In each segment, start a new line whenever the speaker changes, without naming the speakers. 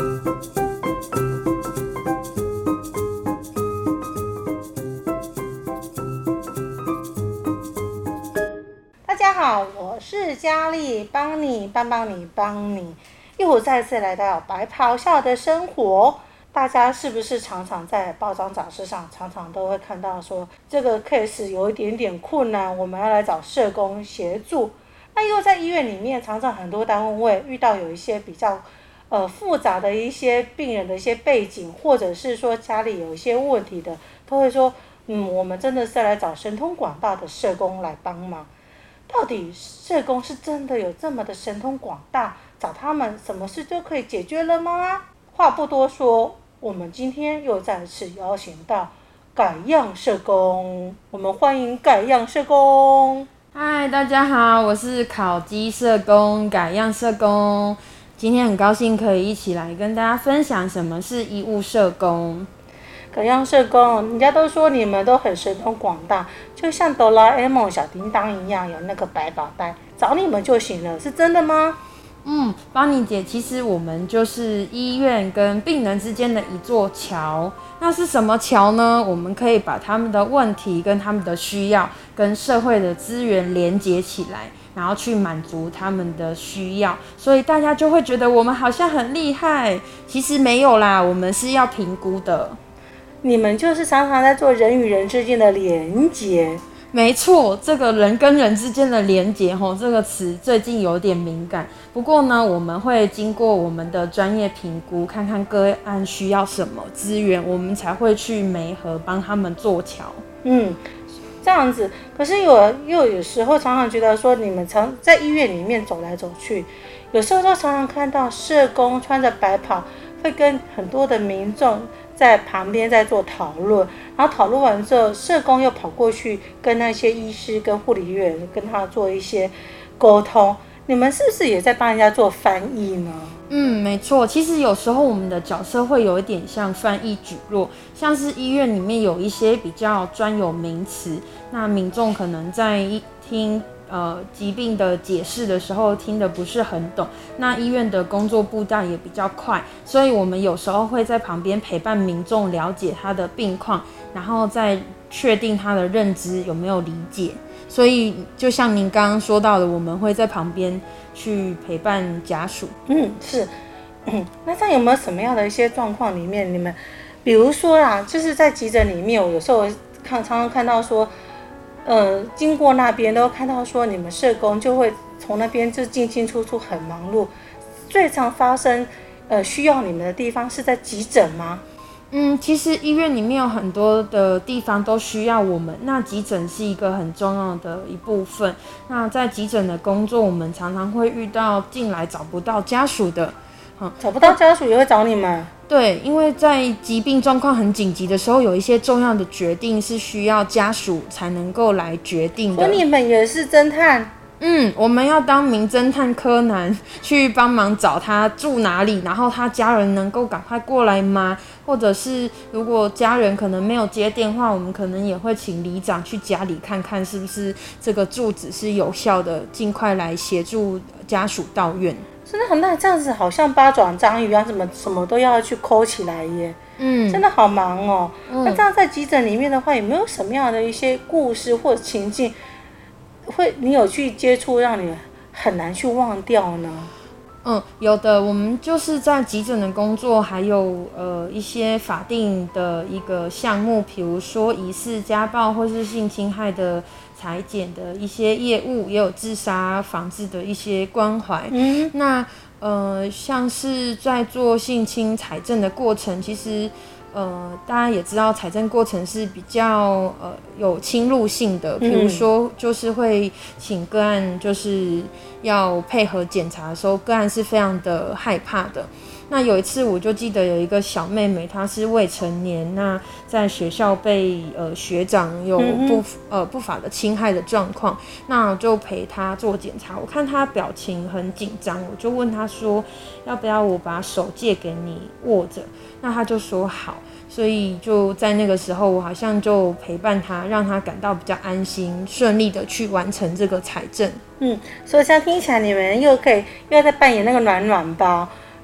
大家好，我是佳丽，帮你又再次来到白袍下的生活。大家是不是常常在报章杂志上常常都会看到说这个 case 有一点点困难，我们要来找社工协助。那又在医院里面，常常很多单位遇到有一些比较复杂的一些病人的一些背景，或者是说家里有一些问题的，都会说我们真的是来找神通广大的社工来帮忙。到底社工是真的有这么的神通广大，找他们什么事就可以解决了吗？话不多说，我们今天又再次邀请到改样社工，我们欢迎改样社工。
嗨，大家好，我是烤鸡社工改样社工，今天很高兴可以一起来跟大家分享什么是医务社工。
改样社工，人家都说你们都很神通广大，就像哆啦 A 梦小叮当一样，有那个百宝袋，找你们就行了，是真的吗？
邦妮姐，其实我们就是医院跟病人之间的一座桥。那是什么桥呢？我们可以把他们的问题跟他们的需要跟社会的资源连接起来，然后去满足他们的需要，所以大家就会觉得我们好像很厉害。其实没有啦，我们是要评估的。
你们就是常常在做人与人之间的连结。
没错，这个人跟人之间的连结这个词最近有点敏感。不过呢，我们会经过我们的专业评估，看看个案需要什么资源，我们才会去媒合帮他们做桥。
这样子。可是有时候常常觉得说，你们常在医院里面走来走去，有时候都常常看到社工穿着白袍，会跟很多的民众在旁边在做讨论，然后讨论完之后，社工又跑过去跟那些医师跟护理员跟他做一些沟通。你们是不是也在帮人家做翻译呢？
没错，其实有时候我们的角色会有一点像翻译蒟蒻，像是医院里面有一些比较专有名词，那民众可能在听疾病的解释的时候听得不是很懂，那医院的工作步调也比较快，所以我们有时候会在旁边陪伴民众了解他的病况，然后再确定他的认知有没有理解。所以就像您刚刚说到的，我们会在旁边去陪伴家属。
是。那这样有没有什么样的一些状况里面，你们比如说啦，就是在急诊里面，我有时候常常看到说经过那边都看到说你们社工就会从那边就进进出出很忙碌。最常发生需要你们的地方是在急诊吗？
其实医院里面有很多的地方都需要我们，那急诊是一个很重要的一部分。那在急诊的工作，我们常常会遇到进来找不到家属的，
找不到家属也会找你们？
对，因为在疾病状况很紧急的时候，有一些重要的决定是需要家属才能够来决定的。
你们也是侦探？
我们要当名侦探柯南，去帮忙找他住哪里，然后他家人能够赶快过来吗？或者是如果家人可能没有接电话，我们可能也会请里长去家里看看是不是这个住址是有效的，尽快来协助家属到院。
真的很那这样子好像八爪章鱼啊，什么都要去抠起来耶。真的好忙哦。那这样在急诊里面的话，有没有什么样的一些故事或者情境，你有去接触让你很难去忘掉呢？
有的，我们就是在急诊的工作，还有一些法定的一个项目，比如说疑似家暴或是性侵害的裁剪的一些业务，也有自杀防治的一些关怀。那像是在做性侵采证的过程，其实大家也知道采证过程是比较有侵入性的，比如说就是会请个案就是要配合检查的时候，个案是非常的害怕的。那有一次我就记得有一个小妹妹，她是未成年，那在学校被学长有不法的侵害的状况，那我就陪她做检查，我看她表情很紧张，我就问她说要不要我把手借给你握着，那她就说好，所以就在那个时候我好像就陪伴她，让她感到比较安心，顺利的去完成这个采证。
所以这样听起来你们又在扮演那个暖暖包，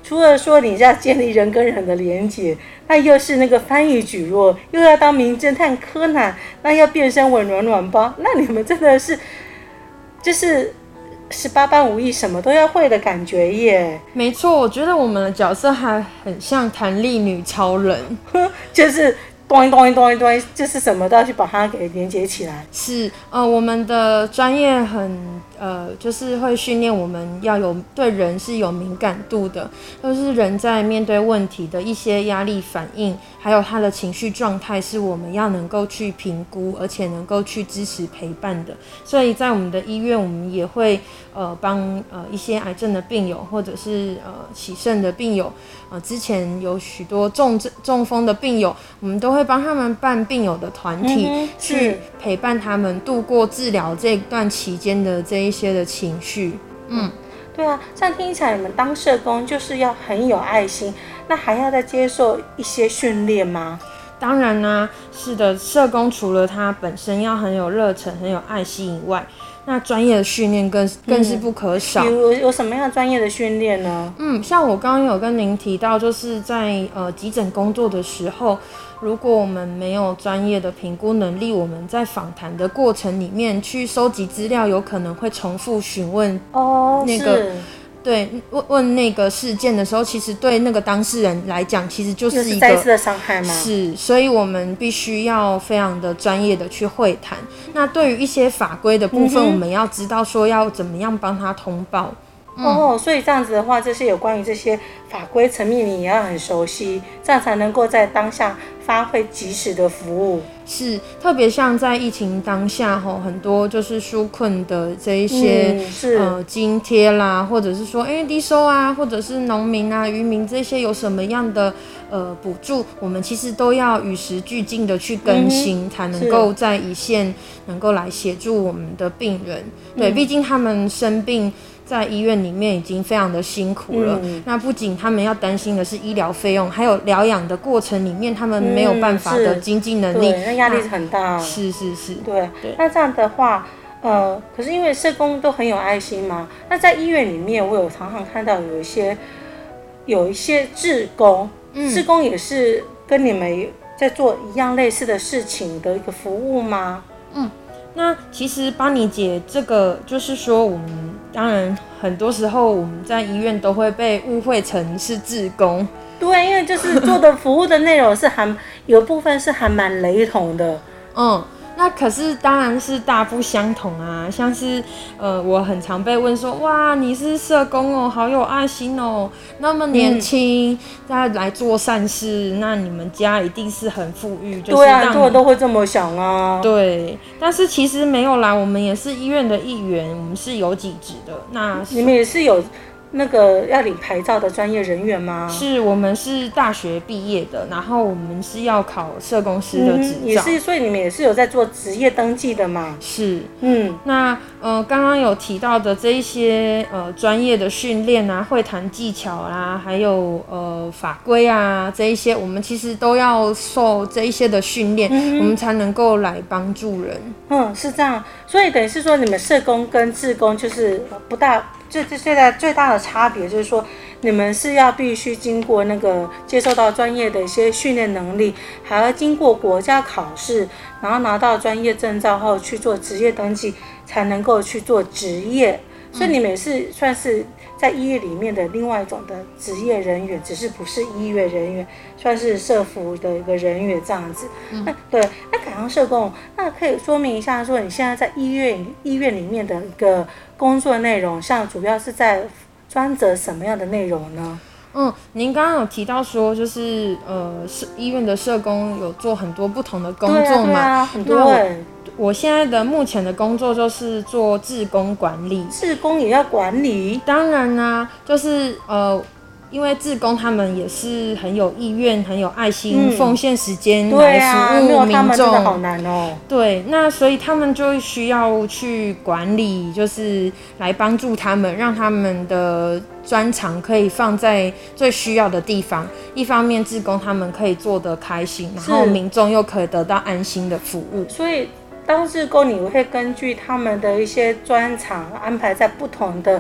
除了说你要建立人跟人的连结，那又是那个翻译举弱，又要当名侦探柯南，那要变身为暖暖包，那你们真的是就是18般武艺什么都要会的感觉耶。
没错，我觉得我们的角色还很像弹力女超人，
就是咚一咚一咚一咚，就是什么都要去把它给连接起来。
是我们的专业就是会训练我们要对人是有敏感度的，就是人在面对问题的一些压力反应，还有他的情绪状态，是我们要能够去评估，而且能够去支持陪伴的。所以在我们的医院，我们也会帮一些癌症的病友，或者是洗肾的病友，之前有许多中风的病友，我们都会帮他们办病友的团体，去陪伴他们度过治疗这段期间的这一些的情绪。
对啊，这样听起来你们当社工就是要很有爱心，那还要再接受一些训练吗？
当然啦，是的，社工除了他本身要很有热忱、很有爱心以外，那专业的训练更是不可少。
比如有什么样专业的训练呢？
像我刚刚有跟您提到，就是在急诊工作的时候，如果我们没有专业的评估能力，我们在访谈的过程里面去收集资料，有可能会重复询问对，问那个事件的时候，其实对那个当事人来讲，其实就是一个
再次的伤害吗？
是，所以我们必须要非常的专业的去会谈。那对于一些法规的部分，我们要知道说要怎么样帮他通报。
所以这样子的话，这些有关于这些法规层面，你也要很熟悉，这样才能够在当下发挥及时的服务。
是，特别像在疫情当下很多就是纾困的这一些津贴啦，或者是说低收啊，或者是农民啊、渔民这些有什么样的补助，我们其实都要与时俱进的去更新，才能够在一线能够来协助我们的病人。对，毕竟他们生病在医院里面已经非常的辛苦了，那不仅他们要担心的是医疗费用，还有疗养的过程里面他们没有办法的经济能力，
那压力是很大。
是，
对。那这样的话可是因为社工都很有爱心嘛，那在医院里面我有常常看到有一些志工，志工也是跟你们在做一样类似的事情的一个服务吗？
那其实邦妮姐这个就是说，我们当然很多时候我们在医院都会被误会成是志工。
对，因为就是做的服务的内容是有部分是还蛮雷同的。
那可是当然是大不相同啊，像是我很常被问说，哇，你是社工哦，好有爱心哦，那么年轻再来做善事，那你们家一定是很富裕。
对啊，很多人都会这么想啊。
对，但是其实没有啦，我们也是医院的一员，我们是有给职的。那
你们也是有那个要领牌照的专业人员吗？
是，我们是大学毕业的，然后我们是要考社工师的执照，
也是，所以你们也是有在做职业登记的嘛？
是，那刚刚有提到的这一些专业的训练啊，会谈技巧啦，还有法规啊这一些，我们其实都要受这一些的训练，我们才能够来帮助人。
是这样，所以等于是说，你们社工跟志工就是不大。最大的差别就是说，你们是要必须经过那个接受到专业的一些训练能力，还要经过国家考试，然后拿到专业证照后去做职业登记，才能够去做职业。所以你们也是算是在医院里面的另外一种的职业人员，只是不是医院人员，算是社福的一个人员这样子。对，那改行社工，那可以说明一下说你现在在医院里面的一个工作内容，像主要是在专责什么样的内容呢？
您刚刚有提到说，就是医院的社工有做很多不同的工作嘛？
对啊，很多
我现在的目前的工作就是做志工管理。
志工也要管理？
当然啦，就是因为志工他们也是很有意愿、很有爱心，奉献时间来服务民众。
没有他们真的好难哦。
对，那所以他们就需要去管理，就是来帮助他们，让他们的专长可以放在最需要的地方。一方面，志工他们可以做得开心，然后民众又可以得到安心的服务。
所以当志工，你会根据他们的一些专长安排在不同的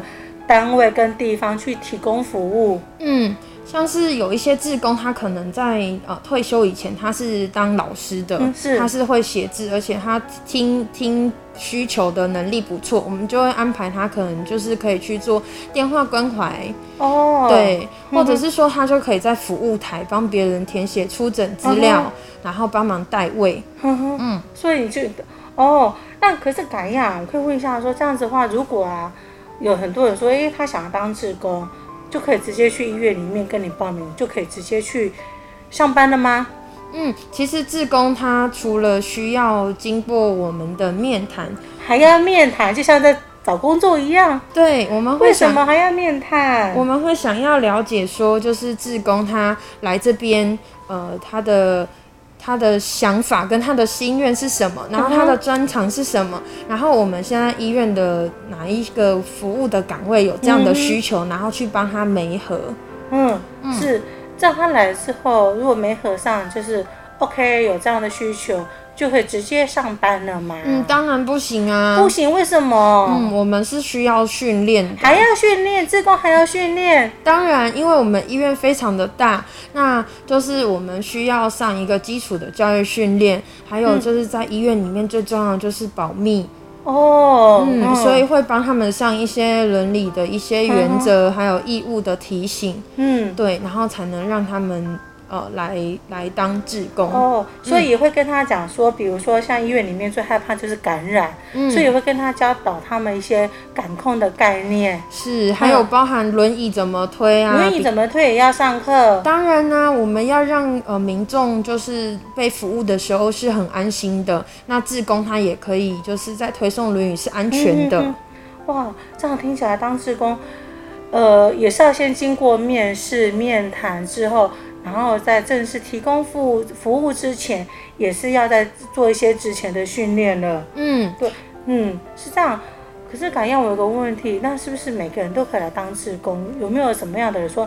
单位跟地方去提供服务。
像是有一些志工，他可能在退休以前，他是当老师的，他是会写字，而且他听需求的能力不错，我们就会安排他可能就是可以去做电话关怀，对，或者是说他就可以在服务台帮别人填写出诊资料，然后帮忙代位。
所以你就那可是改样，我可以问一下说，这样子的话，如果有很多人说，他想要当志工，就可以直接去医院里面跟你报名，就可以直接去上班了吗？
其实志工他除了需要经过我们的面谈，
还要面谈，就像在找工作一样。
对，我们会
为什么还要面谈？
我们会想要了解说，就是志工他来这边，他的想法跟他的心愿是什么，然后他的专长是什么，然后我们现在医院的哪一个服务的岗位有这样的需求，然后去帮他媒合。
是这样，他来之后，如果没合上，就是 OK 有这样的需求，就可以直接上班了吗？
当然不行啊！
不行，为什么？
我们是需要训练的，
还要训练，志工还要训练。
当然，因为我们医院非常的大，那就是我们需要上一个基础的教育训练，还有就是在医院里面最重要的就是保密。所以会帮他们上一些伦理的一些原则，还有义务的提醒。对，然后才能让他们来当志工。
所以也会跟他讲说，比如说像医院里面最害怕就是感染，所以也会跟他教导他们一些感控的概念。
是，还有包含轮椅怎么推啊，
轮椅怎么推也要上课。
当然呢，我们要让民众就是被服务的时候是很安心的，那志工他也可以就是在推送轮椅是安全的。
哇，这样听起来当志工，也是要先经过面试、面谈之后。然后在正式提供服务之前，也是要再做一些之前的训练了。对，是这样。可是感样我有个问题，那是不是每个人都可以来当志工？有没有什么样的人说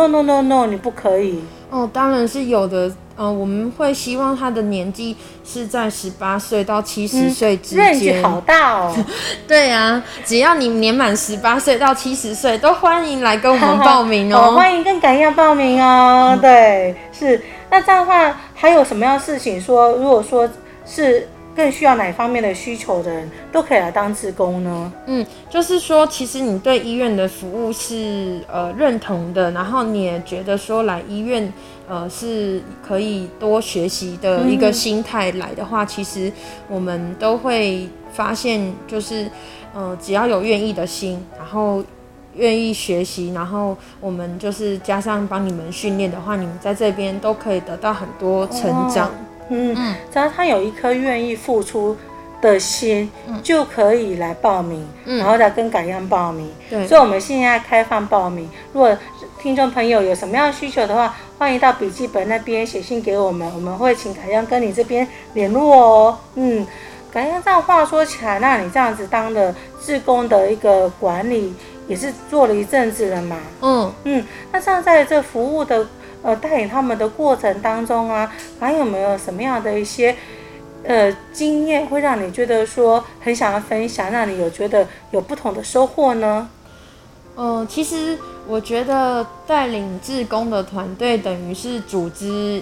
no， 你不可以？
当然是有的。我们会希望他的年纪是在18岁到70岁之间。
range 好大哦。
对啊，只要你年满18岁到70岁，都欢迎来跟我们报名哦。
欢迎跟感样报名哦。对，是。那这样的话，还有什么样的事情说，如果说是更需要哪方面的需求的人，都可以来当志工呢？
就是说，其实你对医院的服务是认同的，然后你也觉得说来医院是可以多学习的一个心态来的话，其实我们都会发现，就是只要有愿意的心，然后愿意学习，然后我们就是加上帮你们训练的话，你们在这边都可以得到很多成长。
只要他有一颗愿意付出的心，就可以来报名，然后再跟感样报名。所以我们现在开放报名。如果听众朋友有什么样的需求的话，欢迎到笔记本那边写信给我们，我们会请感样跟你这边联络哦。感样这样话说起来，那你这样子当的志工的一个管理，也是做了一阵子了嘛？那这样在这服务的带领他们的过程当中啊，还有没有什么样的一些经验会让你觉得说很想要分享，让你有觉得有不同的收获呢？
其实我觉得带领志工的团队等于是组织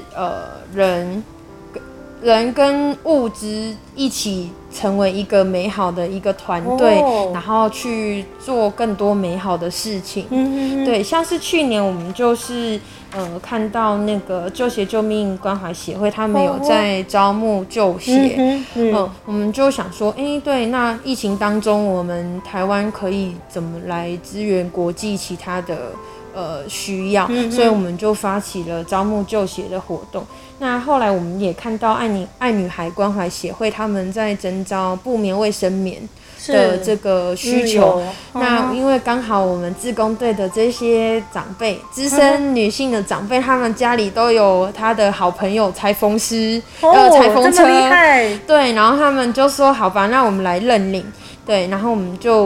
人跟物质一起成为一个美好的一个团队，然后去做更多美好的事情。对，像是去年我们就是看到那个救协救命关怀协会，他们有在招募救协，我们就想说，对，那疫情当中我们台湾可以怎么来支援国际其他的需要，所以我们就发起了招募救协的活动。那后来我们也看到爱女孩关怀协会他们在征招不眠卫生棉的这个需求。那因为刚好我们志工队的这些长辈，资深女性的长辈，他们家里都有他的好朋友裁缝师，裁缝车，
这么厉害。
对，然后他们就说好吧，那我们来认领。对，然后我们就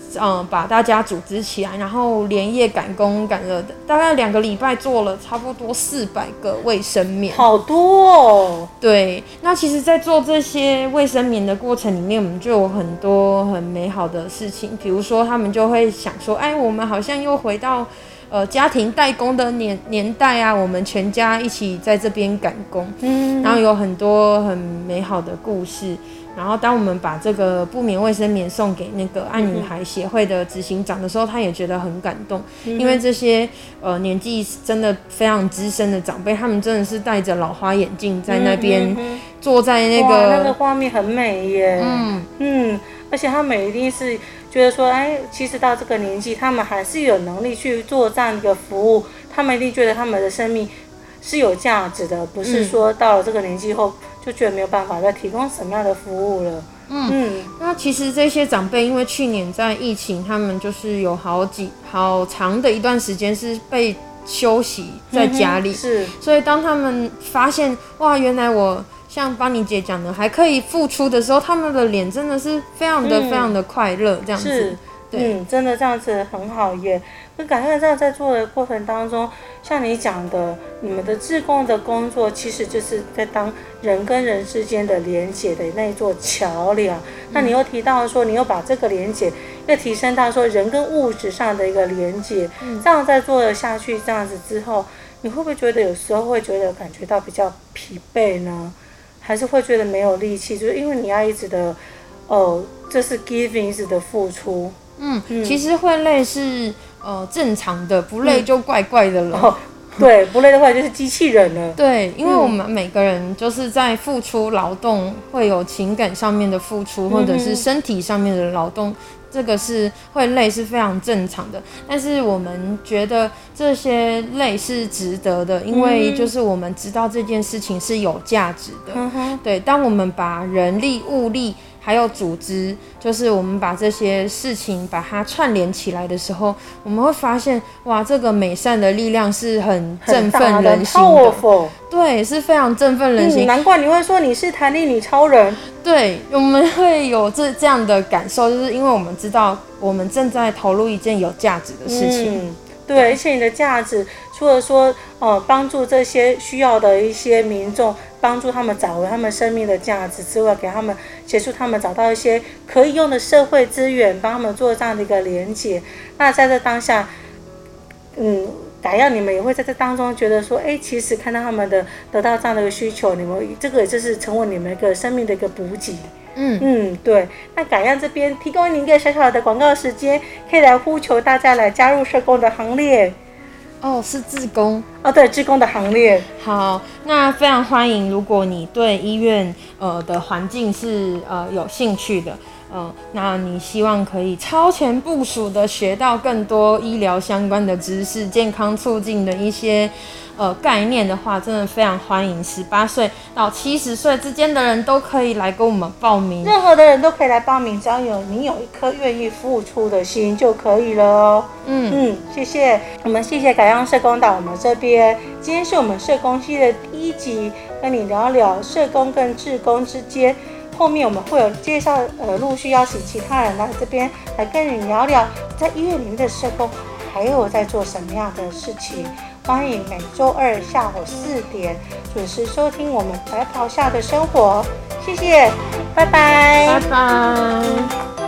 把大家组织起来，然后连夜赶工赶了大概2个礼拜，做了差不多400个卫生棉，
好多哦。
对，那其实，在做这些卫生棉的过程里面，我们就有很多很美好的事情，比如说他们就会想说，哎，我们好像又回到家庭代工的年代啊，我们全家一起在这边赶工，然后有很多很美好的故事。然后当我们把这个不棉卫生棉送给那个爱女孩协会的执行长的时候，他也觉得很感动，因为这些年纪真的非常资深的长辈，他们真的是戴着老花眼镜在那边坐在那
个画面很美耶。而且他们一定是觉得说，哎，其实到这个年纪，他们还是有能力去做这样一个服务，他们一定觉得他们的生命是有价值的，不是说到了这个年纪后就觉得没有办法再提供什么样的服务了。
那其实这些长辈因为去年在疫情，他们就是有好长的一段时间是被休息在家里，所以当他们发现哇，原来我像邦妮姐讲的还可以付出的时候，他们的脸真的是非常的快乐，这样子。
真的这样子很好耶。我感觉这样在做的过程当中，像你讲的，你们的志工的工作其实就是在当人跟人之间的连结的那一座桥梁。那你又提到说，你又把这个连结又提升到说人跟物质上的一个连结，这样在做了下去，这样子之后，你会不会觉得有时候会觉得感觉到比较疲惫呢？还是会觉得没有力气？就是因为你要一直的，这是 giving 一直的付出。
其实会累是正常的，不累就怪怪的了。
对，不累的话就是机器人了。
对，因为我们每个人就是在付出劳动，会有情感上面的付出，或者是身体上面的劳动，这个是会累是非常正常的。但是我们觉得这些累是值得的，因为就是我们知道这件事情是有价值的。对，当我们把人力、物力还有组织，就是我们把这些事情把它串联起来的时候，我们会发现，哇，这个美善的力量是很振奋人心的。对，是非常振奋人心。
难怪你会说你是弹力女超人。
对，我们会有这样的感受，就是因为我们知道我们正在投入一件有价值的事情。
对，而且你的价值除了说帮助这些需要的一些民众，帮助他们找回他们生命的价值之外，给他们协助他们找到一些可以用的社会资源，帮他们做这样的一个连结。那在这当下，打样你们也会在这当中觉得说，哎，其实看到他们的得到这样的一个需求，你们这个也就是成为你们一个生命的一个补给。对。那改样这边提供您一个小小的广告时间，可以来呼求大家来加入社工的行列。
是志工
对，志工的行列。
好，那非常欢迎，如果你对医院的环境是有兴趣的，那你希望可以超前部署的学到更多医疗相关的知识、健康促进的一些概念的话，真的非常欢迎18岁到70岁之间的人都可以来跟我们报名。
任何的人都可以来报名，只要你有一颗愿意付出的心就可以了哦。谢谢，我们谢谢改样社工到我们这边。今天是我们社工系的第1集，跟你聊聊社工跟志工之间。后面我们会有介绍，陆续邀请其他人来这边来跟你聊聊，在医院里面的社工还有在做什么样的事情。欢迎每周2下午4点准时收听我们白袍下的生活。谢谢，拜拜，
拜拜。